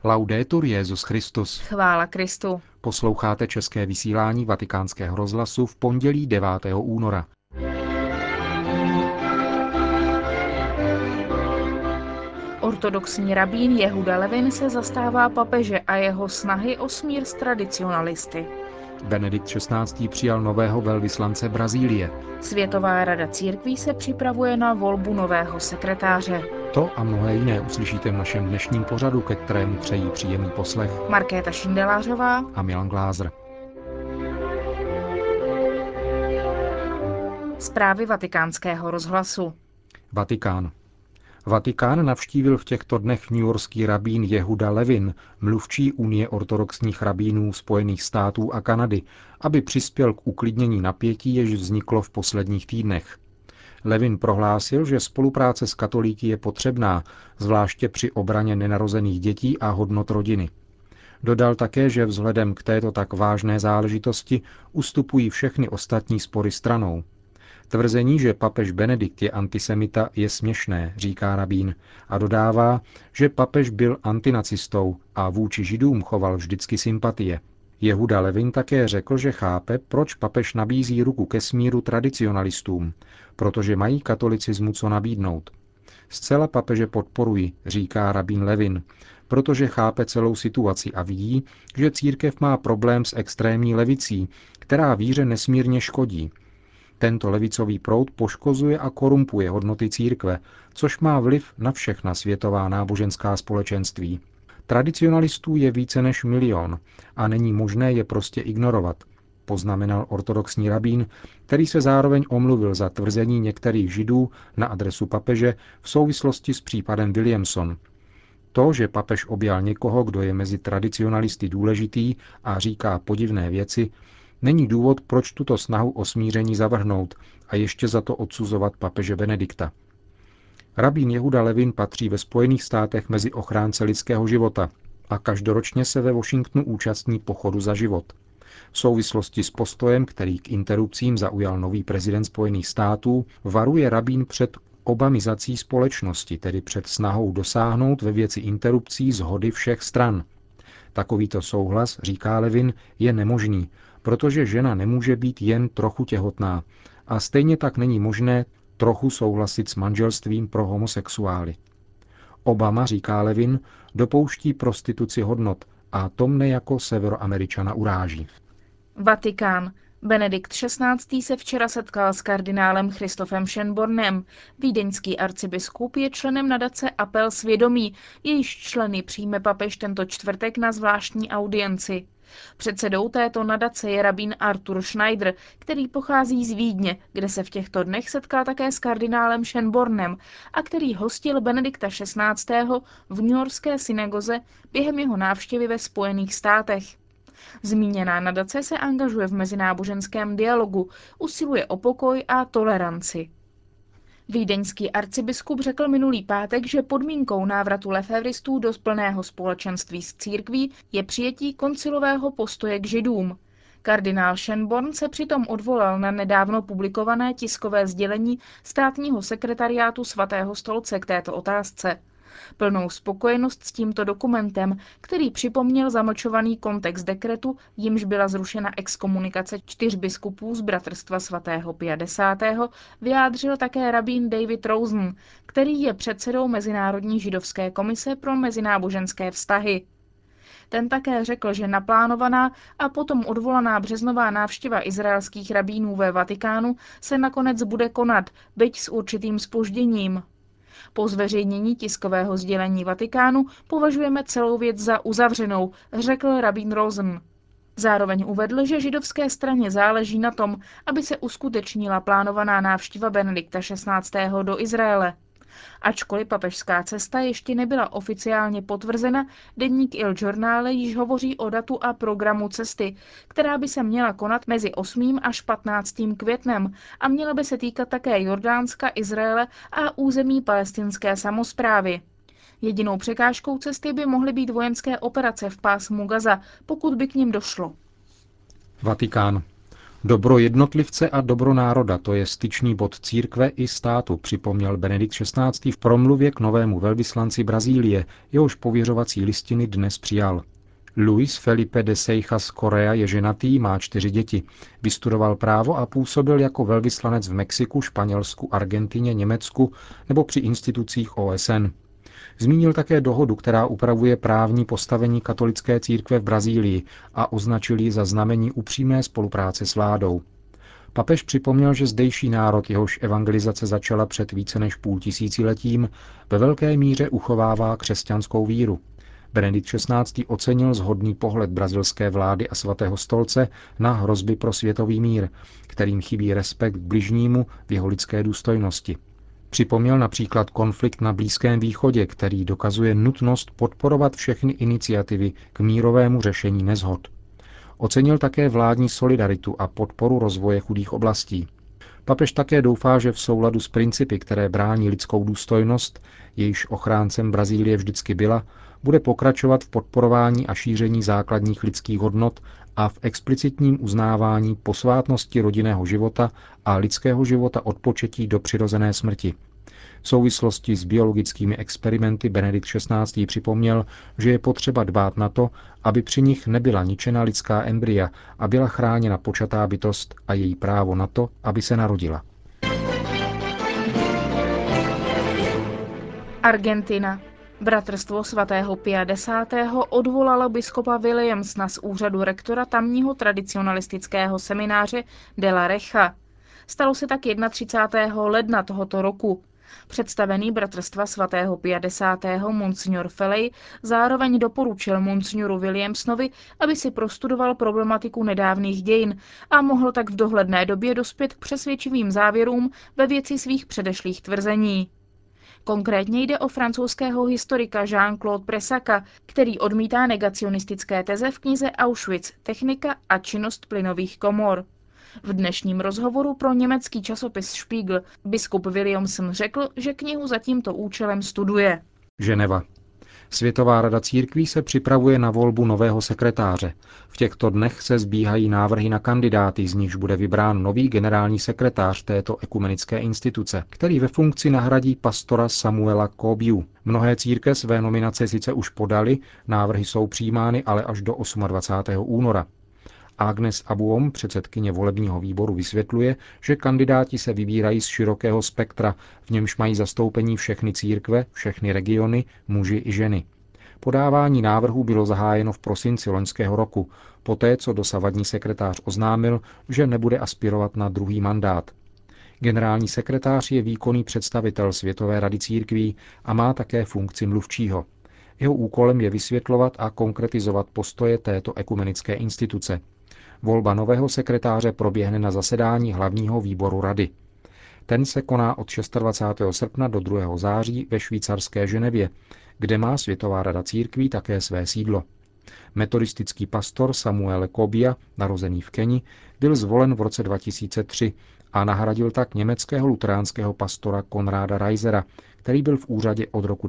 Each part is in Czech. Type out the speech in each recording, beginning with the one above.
Laudetur Jesus Christus. Chvála Kristu. Posloucháte české vysílání Vatikánského rozhlasu v pondělí 9. února. Ortodoxní rabín Jehuda Levin se zastává papeže a jeho snahy o smír s tradicionalisty. Benedikt XVI. Přijal nového velvyslance Brazílie. Světová rada církví se připravuje na volbu nového sekretáře. To a mnohé jiné uslyšíte v našem dnešním pořadu, ke kterému přejí příjemný poslech Markéta Šindelářová a Milan Glázer. Zprávy Vatikánského rozhlasu. Vatikán. Vatikán navštívil v těchto dnech newyorský rabín Jehuda Levin, mluvčí Unie ortodoxních rabínů Spojených států a Kanady, aby přispěl k uklidnění napětí, jež vzniklo v posledních týdnech. Levin prohlásil, že spolupráce s katolíky je potřebná, zvláště při obraně nenarozených dětí a hodnot rodiny. Dodal také, že vzhledem k této tak vážné záležitosti ustupují všechny ostatní spory stranou. Tvrzení, že papež Benedikt je antisemita, je směšné, říká rabín, a dodává, že papež byl antinacistou a vůči Židům choval vždycky sympatie. Jehuda Levin také řekl, že chápe, proč papež nabízí ruku ke smíru tradicionalistům, protože mají katolicismu co nabídnout. Zcela papeže podporuji, říká rabín Levin, protože chápe celou situaci a vidí, že církev má problém s extrémní levicí, která víře nesmírně škodí. Tento levicový proud poškozuje a korumpuje hodnoty církve, což má vliv na všechna světová náboženská společenství. Tradicionalistů je více než 1 000 000 a není možné je prostě ignorovat, poznamenal ortodoxní rabín, který se zároveň omluvil za tvrzení některých židů na adresu papeže v souvislosti s případem Williamson. To, že papež objal někoho, kdo je mezi tradicionalisty důležitý a říká podivné věci, není důvod, proč tuto snahu o smíření zavrhnout a ještě za to odsuzovat papeže Benedikta. Rabín Jehuda Levin patří ve Spojených státech mezi ochránce lidského života a každoročně se ve Washingtonu účastní pochodu za život. V souvislosti s postojem, který k interrupcím zaujal nový prezident Spojených států, varuje rabín před obamizací společnosti, tedy před snahou dosáhnout ve věci interrupcí shody všech stran. Takovýto souhlas, říká Levin, je nemožný, protože žena nemůže být jen trochu těhotná a stejně tak není možné trochu souhlasit s manželstvím pro homosexuály. Obama, říká Levin, dopouští prostituci hodnot a to mne jako Severoameričana uráží. Vatikán. Benedikt XVI. Se včera setkal s kardinálem Christophem Schönbornem. Vídeňský arcibiskup je členem nadace Apel svědomí, jejíž členy přijme papež tento čtvrtek na zvláštní audienci. Předsedou této nadace je rabín Arthur Schneider, který pochází z Vídně, kde se v těchto dnech setkal také s kardinálem Schönbornem a který hostil Benedikta XVI. V newyorské synagoze během jeho návštěvy ve Spojených státech. Zmíněná nadace se angažuje v mezináboženském dialogu, usiluje o pokoj a toleranci. Vídeňský arcibiskup řekl minulý pátek, že podmínkou návratu lefévristů do plného společenství s církví je přijetí koncilového postoje k židům. Kardinál Schönborn se přitom odvolal na nedávno publikované tiskové sdělení státního sekretariátu Svatého stolce k této otázce. Plnou spokojenost s tímto dokumentem, který připomněl zamlčovaný kontext dekretu, jimž byla zrušena exkomunikace 4 biskupů z Bratrstva svatého Pia X., vyjádřil také rabín David Rosen, který je předsedou Mezinárodní židovské komise pro mezináboženské vztahy. Ten také řekl, že naplánovaná a potom odvolaná březnová návštěva izraelských rabínů ve Vatikánu se nakonec bude konat, byť s určitým zpožděním. Po zveřejnění tiskového sdělení Vatikánu považujeme celou věc za uzavřenou, řekl rabín Rosen. Zároveň uvedl, že židovské straně záleží na tom, aby se uskutečnila plánovaná návštěva Benedikta XVI. Do Izraele. Ačkoliv papežská cesta ještě nebyla oficiálně potvrzena, deník Il Giornale již hovoří o datu a programu cesty, která by se měla konat mezi 8. až 15. květnem a měla by se týkat také Jordánska, Izraele a území palestinské samosprávy. Jedinou překážkou cesty by mohly být vojenské operace v pásmu Gaza, pokud by k nim došlo. Vatikán. Dobro jednotlivce a dobro národa, to je styčný bod církve i státu, připomněl Benedikt XVI. V promluvě k novému velvyslanci Brazílie, jehož pověřovací listiny dnes přijal. Luis Felipe de Seixas Correa je ženatý, má 4 děti. Vystudoval právo a působil jako velvyslanec v Mexiku, Španělsku, Argentině, Německu nebo při institucích OSN. Zmínil také dohodu, která upravuje právní postavení katolické církve v Brazílii a označil ji za znamení upřímné spolupráce s vládou. Papež připomněl, že zdejší národ, jehož evangelizace začala před více než půl tisíciletím, ve velké míře uchovává křesťanskou víru. Benedikt XVI. Ocenil shodný pohled brazilské vlády a svatého stolce na hrozby pro světový mír, kterým chybí respekt k bližnímu v jeho lidské důstojnosti. Připomněl například konflikt na Blízkém východě, který dokazuje nutnost podporovat všechny iniciativy k mírovému řešení neshod. Ocenil také vládní solidaritu a podporu rozvoje chudých oblastí. Papež také doufá, že v souladu s principy, které brání lidskou důstojnost, jejíž ochráncem Brazílie vždycky byla, bude pokračovat v podporování a šíření základních lidských hodnot a v explicitním uznávání posvátnosti rodinného života a lidského života od početí do přirozené smrti. V souvislosti s biologickými experimenty Benedikt XVI. Připomněl, že je potřeba dbát na to, aby při nich nebyla ničena lidská embrya a byla chráněna počatá bytost a její právo na to, aby se narodila. Argentina. Bratrstvo svatého Pia X. odvolalo biskupa Williamsona z úřadu rektora tamního tradicionalistického semináře de la Recha. Stalo se tak 31. ledna tohoto roku. Představený bratrstva svatého Pia X. Monsignor Felej zároveň doporučil monsignoru Williamsonovi, aby si prostudoval problematiku nedávných dějin a mohl tak v dohledné době dospět k přesvědčivým závěrům ve věci svých předešlých tvrzení. Konkrétně jde o francouzského historika Jean-Claude Pressaka, který odmítá negacionistické teze v knize Auschwitz, technika a činnost plynových komor. V dnešním rozhovoru pro německý časopis Spiegel biskup Williamson řekl, že knihu za tímto účelem studuje. Ženeva. Světová rada církví se připravuje na volbu nového sekretáře. V těchto dnech se sbíhají návrhy na kandidáty, z nichž bude vybrán nový generální sekretář této ekumenické instituce, který ve funkci nahradí pastora Samuela Kobiu. Mnohé církve své nominace sice už podali, návrhy jsou přijímány ale až do 28. února. Agnes Abuom, předsedkyně volebního výboru, vysvětluje, že kandidáti se vybírají z širokého spektra, v němž mají zastoupení všechny církve, všechny regiony, muži i ženy. Podávání návrhů bylo zahájeno v prosinci loňského roku, poté co dosavadní sekretář oznámil, že nebude aspirovat na druhý mandát. Generální sekretář je výkonný představitel Světové rady církví a má také funkci mluvčího. Jeho úkolem je vysvětlovat a konkretizovat postoje této ekumenické instituce. Volba nového sekretáře proběhne na zasedání hlavního výboru rady. Ten se koná od 26. srpna do 2. září ve švýcarské Ženevě, kde má Světová rada církví také své sídlo. Metodistický pastor Samuel Kobia, narozený v Keni, byl zvolen v roce 2003 a nahradil tak německého luteránského pastora Konráda Reisera, který byl v úřadě od roku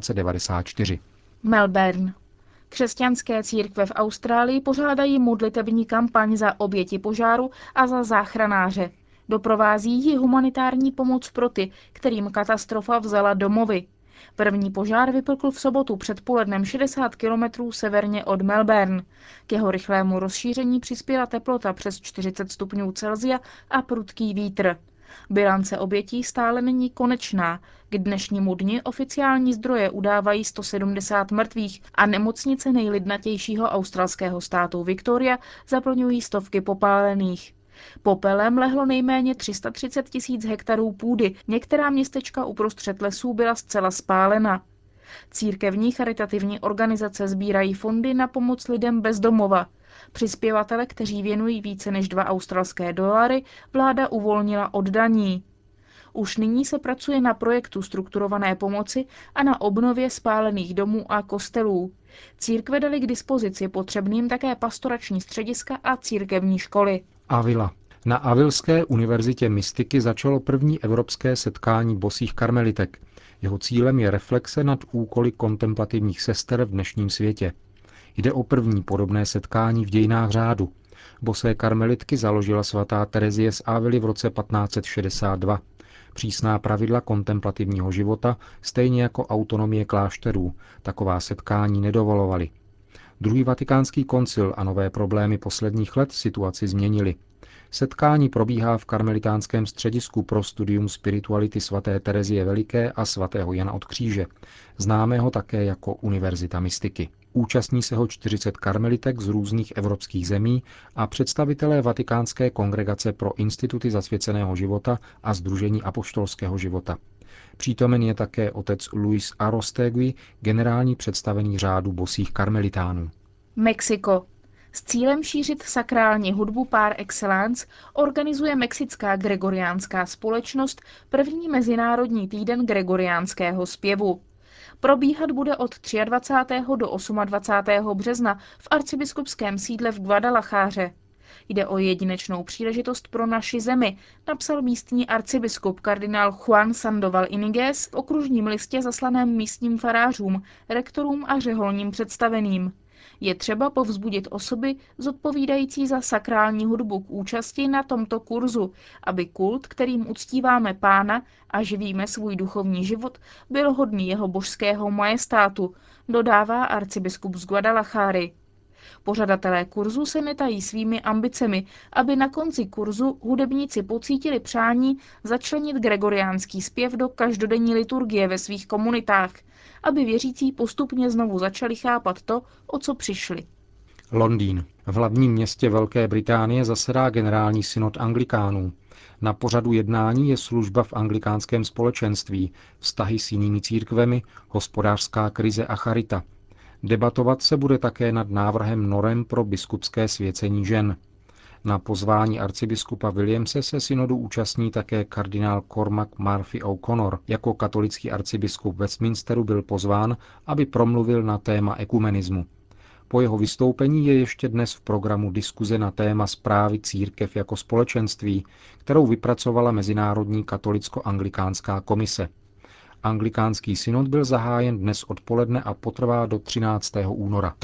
1994. Melbourne. Křesťanské církve v Austrálii pořádají modlitební kampaň za oběti požáru a za záchranáře. Doprovází ji humanitární pomoc pro ty, kterým katastrofa vzala domovy. První požár vypukl v sobotu předpolednem 60 kilometrů severně od Melbourne. K jeho rychlému rozšíření přispěla teplota přes 40 stupňů Celsia a prudký vítr. Bilance obětí stále není konečná. K dnešnímu dni oficiální zdroje udávají 170 mrtvých a nemocnice nejlidnatějšího australského státu Victoria zaplňují stovky popálených. Popelem lehlo nejméně 330 000 hektarů půdy, některá městečka uprostřed lesů byla zcela spálena. Církevní charitativní organizace sbírají fondy na pomoc lidem bez domova. Přispěvatele, kteří věnují více než $2, vláda uvolnila od daní. Už nyní se pracuje na projektu strukturované pomoci a na obnově spálených domů a kostelů. Církve daly k dispozici potřebným také pastorační střediska a církevní školy. Avila. Na Avilské univerzitě mystiky začalo první evropské setkání bosých karmelitek. Jeho cílem je reflexe nad úkoly kontemplativních sester v dnešním světě. Jde o první podobné setkání v dějinách řádu. Bosé karmelitky založila svatá Terezie z Ávily v roce 1562. Přísná pravidla kontemplativního života, stejně jako autonomie klášterů, taková setkání nedovolovaly. Druhý vatikánský koncil a nové problémy posledních let situaci změnily. Setkání probíhá v karmelitánském středisku pro studium spirituality svaté Terezie Veliké a svatého Jana od Kříže, známého také jako Univerzita mystiky. Účastní se ho 40 karmelitek z různých evropských zemí a představitelé Vatikánské kongregace pro instituty zasvěceného života a Sdružení apoštolského života. Přítomen je také otec Luis Arostegui, generální představený řádu bosých karmelitánů. Mexiko. S cílem šířit sakrální hudbu par excellence organizuje Mexická gregoriánská společnost první mezinárodní týden gregoriánského zpěvu. Probíhat bude od 23. do 28. března v arcibiskupském sídle v Guadalajáře. Jde o jedinečnou příležitost pro naši zemi, napsal místní arcibiskup kardinál Juan Sandoval Iniguez v okružním listě zaslaném místním farářům, rektorům a řeholním představeným. Je třeba povzbudit osoby zodpovídající za sakrální hudbu k účasti na tomto kurzu, aby kult, kterým uctíváme Pána a živíme svůj duchovní život, byl hodný jeho božského majestátu, dodává arcibiskup z Guadalajáry. Pořadatelé kurzu se netají svými ambicemi, aby na konci kurzu hudebníci pocítili přání začlenit gregoriánský zpěv do každodenní liturgie ve svých komunitách, aby věřící postupně znovu začali chápat to, o co přišli. Londýn. V hlavním městě Velké Británie zasedá generální synod anglikánů. Na pořadu jednání je služba v anglikánském společenství, vztahy s jinými církvemi, hospodářská krize a charita. Debatovat se bude také nad návrhem norem pro biskupské svěcení žen. Na pozvání arcibiskupa Williamse se synodu účastní také kardinál Cormac Murphy O'Connor. Jako katolický arcibiskup Westminsteru byl pozván, aby promluvil na téma ekumenismu. Po jeho vystoupení je ještě dnes v programu diskuze na téma správy církev jako společenství, kterou vypracovala Mezinárodní katolicko-anglikánská komise. Anglikánský synod byl zahájen dnes odpoledne a potrvá do 13. února.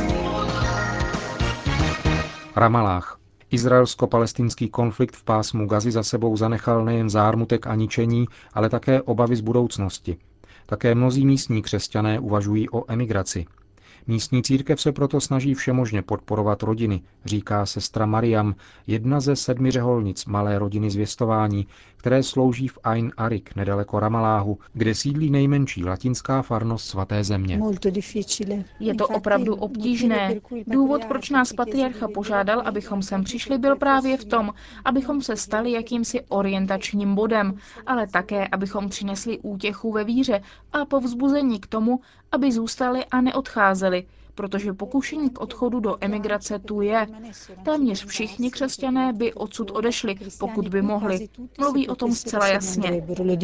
Ramalách. Izraelsko-palestinský konflikt v pásmu Gazy za sebou zanechal nejen zármutek a ničení, ale také obavy z budoucnosti. Také mnozí místní křesťané uvažují o emigraci. Místní církev se proto snaží všemožně podporovat rodiny, říká sestra Mariam, jedna ze 7 řeholnic malé rodiny zvěstování, které slouží v Ain Arik nedaleko Ramaláhu, kde sídlí nejmenší latinská farnost svaté země. Je to opravdu obtížné. Důvod, proč nás patriarcha požádal, abychom sem přišli, byl právě v tom, abychom se stali jakýmsi orientačním bodem, ale také, abychom přinesli útěchu ve víře a povzbuzení k tomu, aby zůstali a neodcházeli, protože pokušení k odchodu do emigrace tu je. Téměř všichni křesťané by odsud odešli, pokud by mohli. Mluví o tom zcela jasně.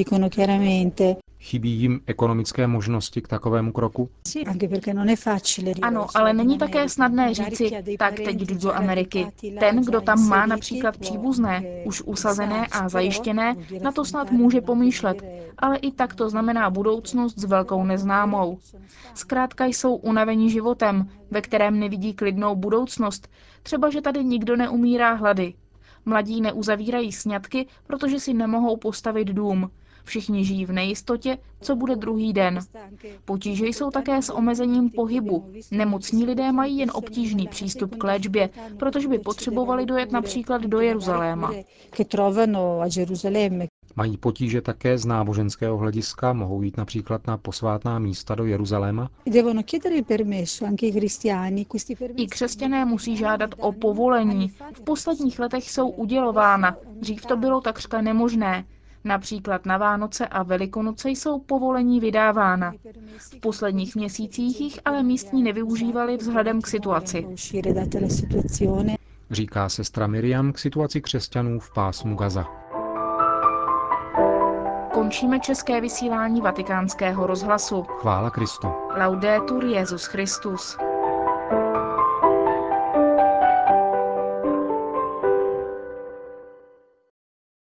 Chybí jim ekonomické možnosti k takovému kroku? Ano, ale není také snadné říci, tak teď jdu do Ameriky. Ten, kdo tam má například příbuzné, už usazené a zajištěné, na to snad může pomýšlet, ale i tak to znamená budoucnost s velkou neznámou. Zkrátka jsou unavení životem, ve kterém nevidí klidnou budoucnost, třeba že tady nikdo neumírá hlady. Mladí neuzavírají sňatky, protože si nemohou postavit dům. Všichni žijí v nejistotě, co bude druhý den. Potíže jsou také s omezením pohybu. Nemocní lidé mají jen obtížný přístup k léčbě, protože by potřebovali dojet například do Jeruzaléma. Mají potíže také z náboženského hlediska, mohou jít například na posvátná místa do Jeruzaléma? I křesťané musí žádat o povolení. V posledních letech jsou udělována. Dřív to bylo takřka nemožné. Například na Vánoce a Velikonoce jsou povolení vydávána. V posledních měsících jich ale místní nevyužívali vzhledem k situaci. Říká sestra Miriam k situaci křesťanů v pásmu Gaza. Končíme české vysílání Vatikánského rozhlasu. Chvála Kristu. Laudetur Jesus Christus.